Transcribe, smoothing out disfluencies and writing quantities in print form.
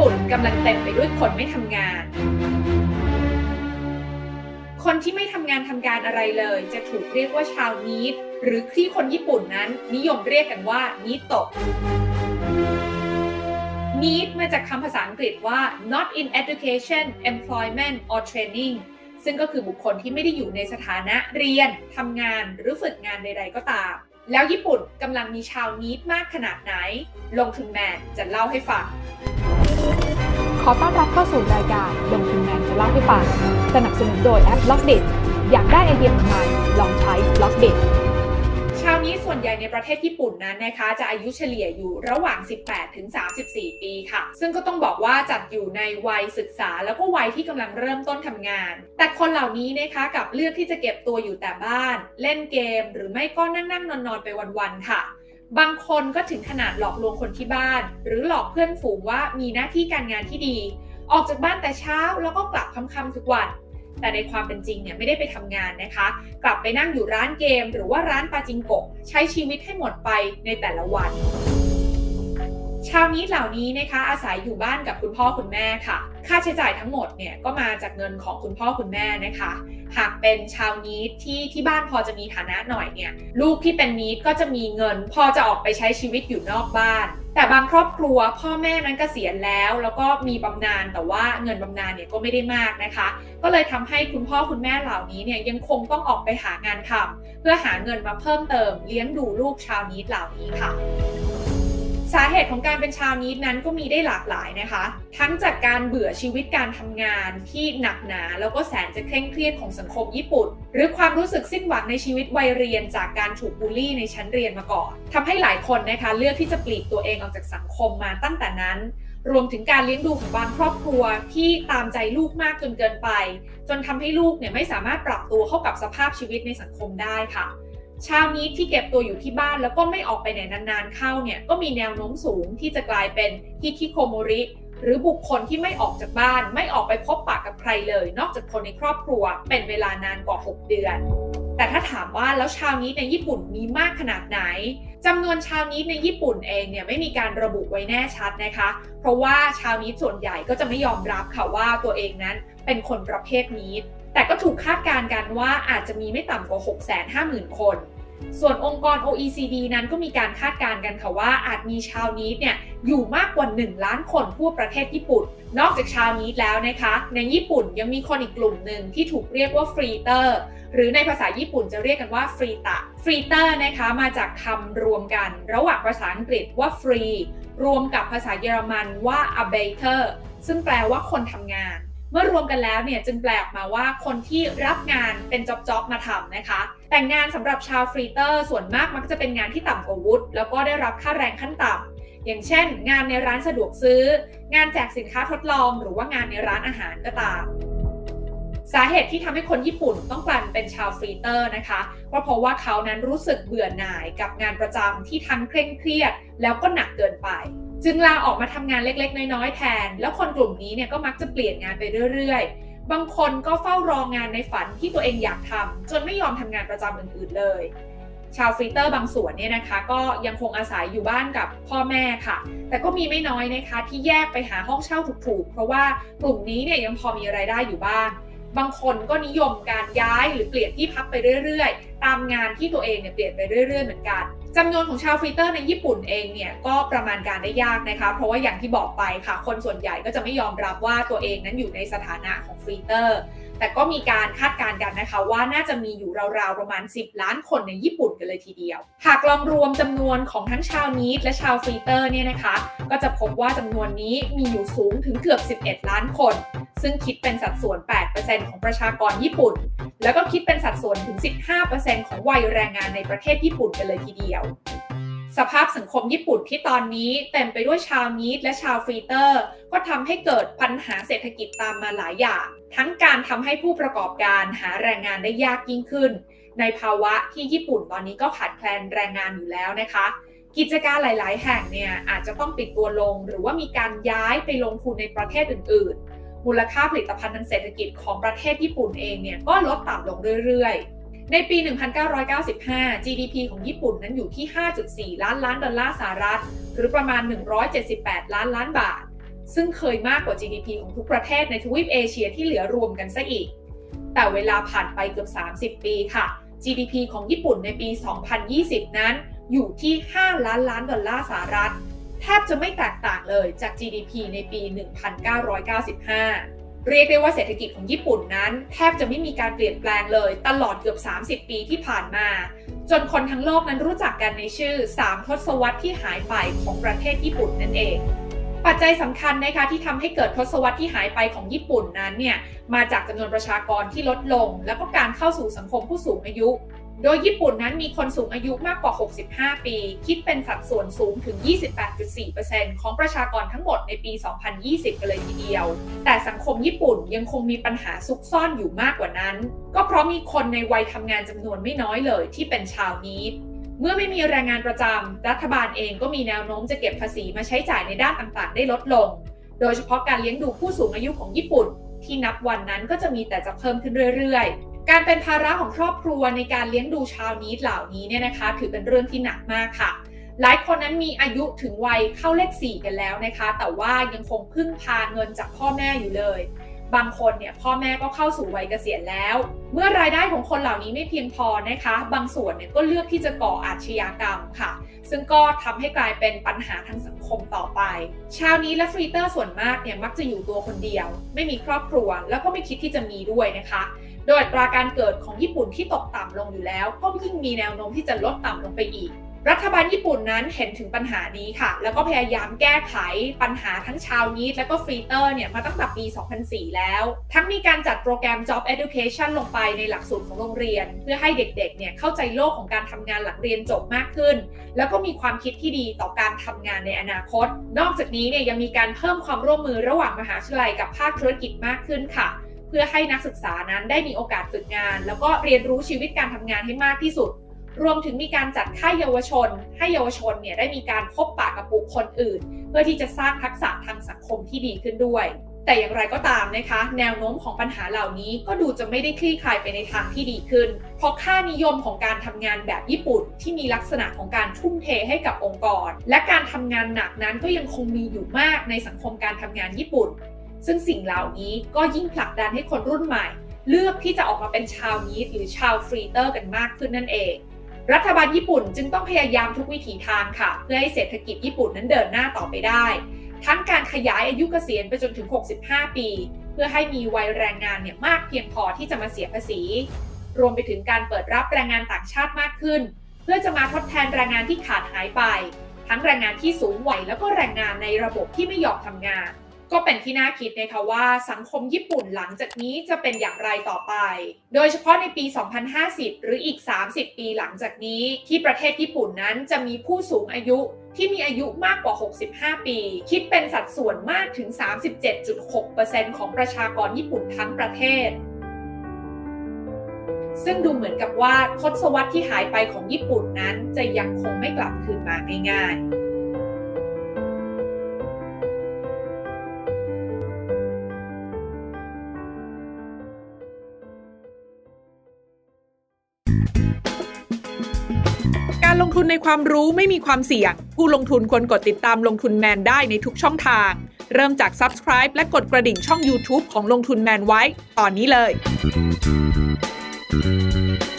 ปุ่นกำลังเต็มไปด้วยคนไม่ทำงานคนที่ไม่ทำงานทำการอะไรเลยจะถูกเรียกว่าชาวนีดหรือที่คนญี่ปุ่นนั้นนิยมเรียกกันว่านิโตะ need มาจากคำภาษาอังกฤษว่า not in education employment or training ซึ่งก็คือบุคคลที่ไม่ได้อยู่ในสถานะเรียนทำงานหรือฝึกงานใดๆก็ตามแล้วญี่ปุ่นกำลังมีชาวนีดมากขนาดไหนลงทุนแมนจะเล่าให้ฟังขอต้อนรับเข้าสู่รายการลงทุนแมนจะเล่าให้ฟังสนับสนุนโดยแอป Blockdit อยากได้ไอเดียใหม่ลองใช้ Blockdit ชาวนี้ส่วนใหญ่ในประเทศญี่ปุ่นนั้นนะคะจะอายุเฉลี่ยอยู่ระหว่าง 18-34 ปีค่ะซึ่งก็ต้องบอกว่าจัดอยู่ในวัยศึกษาแล้วก็วัยที่กำลังเริ่มต้นทำงานแต่คนเหล่านี้นะคะกับเลือกที่จะเก็บตัวอยู่แต่บ้านเล่นเกมหรือไม่ก็นั่งนอนไปวันๆค่ะบางคนก็ถึงขนาดหลอกลวงคนที่บ้านหรือหลอกเพื่อนฝูงว่ามีหน้าที่การงานที่ดีออกจากบ้านแต่เช้าแล้วก็กลับค่ำๆทุกวันแต่ในความเป็นจริงเนี่ยไม่ได้ไปทำงานนะคะกลับไปนั่งอยู่ร้านเกมหรือว่าร้านปาจิงโกะใช้ชีวิตให้หมดไปในแต่ละวันชาวนีดเหล่านี้นะคะอาศัยอยู่บ้านกับคุณพ่อคุณแม่ค่ะค่าใช้จ่ายทั้งหมดเนี่ยก็มาจากเงินของคุณพ่อคุณแม่นะคะหากเป็นชาวนีดที่บ้านพอจะมีฐานะหน่อยเนี่ยลูกที่เป็นนีดก็จะมีเงินพอจะออกไปใช้ชีวิตอยู่นอกบ้านแต่บางครอบครัวพ่อแม่นั้นเกษียณแล้วก็มีบำนาญแต่ว่าเงินบำนาญเนี่ยก็ไม่ได้มากนะคะก็เลยทำให้คุณพ่อคุณแม่เหล่านี้เนี่ยยังคงต้องออกไปหางานทำเพื่อหาเงินมาเพิ่มเติมเลี้ยงดูลูกชาวนีดเหล่านี้ค่ะสาเหตุของการเป็นชาวนีดนั้นก็มีได้หลากหลายนะคะทั้งจากการเบื่อชีวิตการทำงานที่หนักหนาแล้วก็แสนจะเคร่งเครียดของสังคมญี่ปุ่นหรือความรู้สึกสิ้นหวังในชีวิตวัยเรียนจากการถูกบูลลี่ในชั้นเรียนมาก่อนทำให้หลายคนนะคะเลือกที่จะปลีกตัวเองออกจากสังคมมาตั้งแต่นั้นรวมถึงการเลี้ยงดูของบางครอบครัวที่ตามใจลูกมากจนเกินไปจนทำให้ลูกเนี่ยไม่สามารถปรับตัวเข้ากับสภาพชีวิตในสังคมได้ค่ะชาวนีดที่เก็บตัวอยู่ที่บ้านแล้วก็ไม่ออกไปไหนนานๆเข้าเนี่ยก็มีแนวโน้มสูงที่จะกลายเป็นฮิคิโคโมริหรือบุคคลที่ไม่ออกจากบ้านไม่ออกไปพบปะกับใครเลยนอกจากคนในครอบครัวเป็นเวลานานกว่า6เดือนแต่ถ้าถามว่าแล้วชาวนีดในญี่ปุ่นมีมากขนาดไหนจำนวนชาวนีดในญี่ปุ่นเองเนี่ยไม่มีการระบุไว้แน่ชัดนะคะเพราะว่าชาวนีดส่วนใหญ่ก็จะไม่ยอมรับค่ะว่าตัวเองนั้นเป็นคนประเภทนีดแต่ก็ถูกคาดการณ์กันว่าอาจจะมีไม่ต่ำกว่า 650,000 คนส่วนองค์กร OECD นั้นก็มีการคาดการณ์กันค่ะว่าอาจมีชาวนีดเนี่ยอยู่มากกว่า1ล้านคนทั่วประเทศญี่ปุ่นนอกจากชาวนีดแล้วนะคะในญี่ปุ่นยังมีคนอีกกลุ่มหนึ่งที่ถูกเรียกว่าฟรีเตอร์หรือในภาษาญี่ปุ่นจะเรียกกันว่าฟรีตะฟรีเตอร์นะคะมาจากคำรวมกันระหว่างภาษาอังกฤษว่าฟรีรวมกับภาษาเยอรมันว่า arbeiter ซึ่งแปลว่าคนทำงานเมื่อรวมกันแล้วเนี่ยจึงแปลออกมาว่าคนที่รับงานเป็นจ็อบมาทำนะคะแต่งานสำหรับชาวฟรีเตอร์ส่วนมากมักจะเป็นงานที่ต่ำกว่าวุฒิแล้วก็ได้รับค่าแรงขั้นต่ำอย่างเช่นงานในร้านสะดวกซื้องานแจกสินค้าทดลองหรือว่างานในร้านอาหารก็ตามสาเหตุที่ทำให้คนญี่ปุ่นต้องกลายเป็นชาวฟรีเตอร์นะคะก็เพราะว่าเขานั้นรู้สึกเบื่อหน่ายกับงานประจำที่ทั้งเคร่งเครียดแล้วก็หนักเกินไปจึงลาออกมาทำงานเล็กๆน้อยๆแทนแล้วคนกลุ่มนี้เนี่ยก็มักจะเปลี่ยนงานไปเรื่อยๆบางคนก็เฝ้ารองานในฝันที่ตัวเองอยากทำจนไม่ยอมทำงานประจำอื่นๆเลยชาวฟรีเตอร์บางส่วนเนี่ยนะคะก็ยังคงอาศัยอยู่บ้านกับพ่อแม่ค่ะแต่ก็มีไม่น้อยนะคะที่แยกไปหาห้องเช่าถูกๆเพราะว่ากลุ่มนี้เนี่ยยังพอมีรายได้อยู่บ้างบางคนก็นิยมการย้ายหรือเปลี่ยนที่พักไปเรื่อยๆตามงานที่ตัวเองเนี่ยเปลี่ยนไปเรื่อยๆเหมือนกันจำนวนของชาวฟรีเตอร์ในญี่ปุ่นเองเนี่ยก็ประมาณการได้ยากนะคะเพราะว่าอย่างที่บอกไปค่ะคนส่วนใหญ่ก็จะไม่ยอมรับว่าตัวเองนั้นอยู่ในสถานะของฟรีเตอร์แต่ก็มีการคาดการณ์กันนะคะว่าน่าจะมีอยู่ราวๆประมาณ10ล้านคนในญี่ปุ่นกันเลยทีเดียวหากลองรวมจำนวนของทั้งชาวนีดและชาวฟรีเตอร์เนี่ยนะคะก็จะพบว่าจำนวนนี้มีอยู่สูงถึงเกือบ11ล้านคนซึ่งคิดเป็นสัดส่วน 8% ของประชากรญี่ปุ่นแล้วก็คิดเป็นสัดส่วนถึง 15% ของวัยแรงงานในประเทศญี่ปุ่นกันเลยทีเดียวสภาพสังคมญี่ปุ่นที่ตอนนี้เต็มไปด้วยชาวนีดและชาวฟรีเตอร์ก็ทำให้เกิดปัญหาเศรษฐกิจตามมาหลายอย่างทั้งการทำให้ผู้ประกอบการหาแรงงานได้ยากยิ่งขึ้นในภาวะที่ญี่ปุ่นตอนนี้ก็ขาดแคลนแรงงานอยู่แล้วนะคะกิจการหลายๆแห่งเนี่ยอาจจะต้องปิดตัวลงหรือว่ามีการย้ายไปลงทุนในประเทศอื่นๆมูลค่าผลิตภัณฑ์ทางเศรษฐกิจของประเทศญี่ปุ่นเองเนี่ยก็ลดต่ำลงเรื่อยๆในปี 1995 GDP ของญี่ปุ่นนั้นอยู่ที่ 5.4 ล้านล้านดอลลาร์สหรัฐหรือประมาณ178ล้านล้านบาทซึ่งเคยมากกว่า GDP ของทุกประเทศในทวีปเอเชียที่เหลือรวมกันซะอีกแต่เวลาผ่านไปเกือบ30 ปีค่ะ GDP ของญี่ปุ่นในปี 2020 นั้นอยู่ที่5 ล้านดอลลาร์สหรัฐแทบจะไม่แตกต่างเลยจาก GDP ในปี 1995 เรียกได้ว่าเศรษฐกิจของญี่ปุ่นนั้นแทบจะไม่มีการเปลี่ยนแปลงเลยตลอดเกือบ30 ปีที่ผ่านมาจนคนทั้งโลกนั้นรู้จักกันในชื่อ3 ทศวรรษที่หายไปของประเทศญี่ปุ่นนั่นเองปัจจัยสำคัญนะคะที่ทำให้เกิดทศวรรษที่หายไปของญี่ปุ่นนั้นเนี่ยมาจากจำนวนประชากรที่ลดลงแล้วก็การเข้าสู่สังคมผู้สูงอายุโดยญี่ปุ่นนั้นมีคนสูงอายุมากกว่า65 ปีคิดเป็นสัดส่วนสูงถึง 28.4% ของประชากรทั้งหมดในปี 2020 กันเลยทีเดียวแต่สังคมญี่ปุ่นยังคงมีปัญหาซุกซ่อนอยู่มากกว่านั้นก็เพราะมีคนในวัยทำงานจำนวนไม่น้อยเลยที่เป็นชาวนีดเมื่อไม่มีแรงงานประจำรัฐบาลเองก็มีแนวโน้มจะเก็บภาษีมาใช้จ่ายในด้านต่างๆได้ลดลงโดยเฉพาะการเลี้ยงดูผู้สูงอายุของญี่ปุ่นที่นับวันนั้นก็จะมีแต่จะเพิ่มขึ้นเรื่อยๆการเป็นภาระของครอบครัวในการเลี้ยงดูชาวนีดเหล่านี้เนี่ยนะคะถือเป็นเรื่องที่หนักมากค่ะหลายคนนั้นมีอายุถึงวัยเข้าเลข 4 กันแล้วนะคะแต่ว่ายังคงพึ่งพาเงินจากพ่อแม่อยู่เลยบางคนเนี่ยพ่อแม่ก็เข้าสู่วัยเกษียณแล้วเมื่อรายได้ของคนเหล่านี้ไม่เพียงพอนะคะบางส่วนเนี่ยก็เลือกที่จะก่ออาชญากรรมค่ะซึ่งก็ทำให้กลายเป็นปัญหาทางสังคมต่อไปชาวนี้และฟรีเตอร์ส่วนมากเนี่ยมักจะอยู่ตัวคนเดียวไม่มีครอบครัวแล้วก็ไม่คิดที่จะมีด้วยนะคะโดยอัตราการเกิดของญี่ปุ่นที่ตกต่ำลงอยู่แล้วก็ยิ่งมีแนวโน้มที่จะลดต่ำลงไปอีกรัฐบาลญี่ปุ่นนั้นเห็นถึงปัญหานี้ค่ะแล้วก็พยายามแก้ไขปัญหาทั้งชาวนีดและก็ฟรีเตอร์เนี่ยมาตั้งแต่ปี 2004 แล้วทั้งมีการจัดโปรแกรม Job Education ลงไปในหลักสูตรของโรงเรียนเพื่อให้เด็กๆเนี่ยเข้าใจโลกของการทำงานหลังเรียนจบมากขึ้นแล้วก็มีความคิดที่ดีต่อการทำงานในอนาคตนอกจากนี้เนี่ยยังมีการเพิ่มความร่วมมือระหว่างมหาวิทยาลัยกับภาคธุรกิจมากขึ้นค่ะเพื่อให้นักศึกษานั้นได้มีโอกาสฝึกงานแล้วก็เรียนรู้ชีวิตการทำงานให้มากที่สุดรวมถึงมีการจัดค่ายเยาวชนให้เยาวชนเนี่ยได้มีการพบปะกับบุคคลอื่นเพื่อที่จะสร้างทักษะทางสังคมที่ดีขึ้นด้วยแต่อย่างไรก็ตามนะคะแนวโน้มของปัญหาเหล่านี้ก็ดูจะไม่ได้คลี่คลายไปในทางที่ดีขึ้นเพราะค่านิยมของการทำงานแบบญี่ปุ่นที่มีลักษณะของการทุ่มเทให้กับองค์กรและการทำงานหนักนั้นก็ยังคงมีอยู่มากในสังคมการทำงานญี่ปุ่นซึ่งสิ่งเหล่านี้ก็ยิ่งผลักดันให้คนรุ่นใหม่เลือกที่จะออกมาเป็นชาวนีดหรือชาวฟรีเตอร์กันมากขึ้นนั่นเองรัฐบาลญี่ปุ่นจึงต้องพยายามทุกวิถีทางค่ะเพื่อให้เศรษฐกิจญี่ปุ่นนั้นเดินหน้าต่อไปได้ทั้งการขยายอายุเกษียณไปจนถึง65 ปีเพื่อให้มีวัยแรงงานเนี่ยมากเพียงพอที่จะมาเสียภาษีรวมไปถึงการเปิดรับแรงงานต่างชาติมากขึ้นเพื่อจะมาทดแทนแรงงานที่ขาดหายไปทั้งแรงงานที่สูงวัยแล้วก็แรงงานในระบบที่ไม่ยอมทำงานก็เป็นที่น่าคิดนะคะว่าสังคมญี่ปุ่นหลังจากนี้จะเป็นอย่างไรต่อไปโดยเฉพาะในปี 2050 หรืออีก 30 ปีหลังจากนี้ที่ประเทศญี่ปุ่นนั้นจะมีผู้สูงอายุที่มีอายุมากกว่า 65 ปีคิดเป็นสัดส่วนมากถึง 37.6% ของประชากรญี่ปุ่นทั้งประเทศซึ่งดูเหมือนกับว่าทศวรรษที่หายไปของญี่ปุ่นนั้นจะยังคงไม่กลับคืนมาง่ายๆการลงทุนในความรู้ไม่มีความเสี่ยงผู้ลงทุนควรกดติดตามลงทุนแมนได้ในทุกช่องทางเริ่มจาก Subscribe และกดกระดิ่งช่อง YouTube ของลงทุนแมนไว้ตอนนี้เลย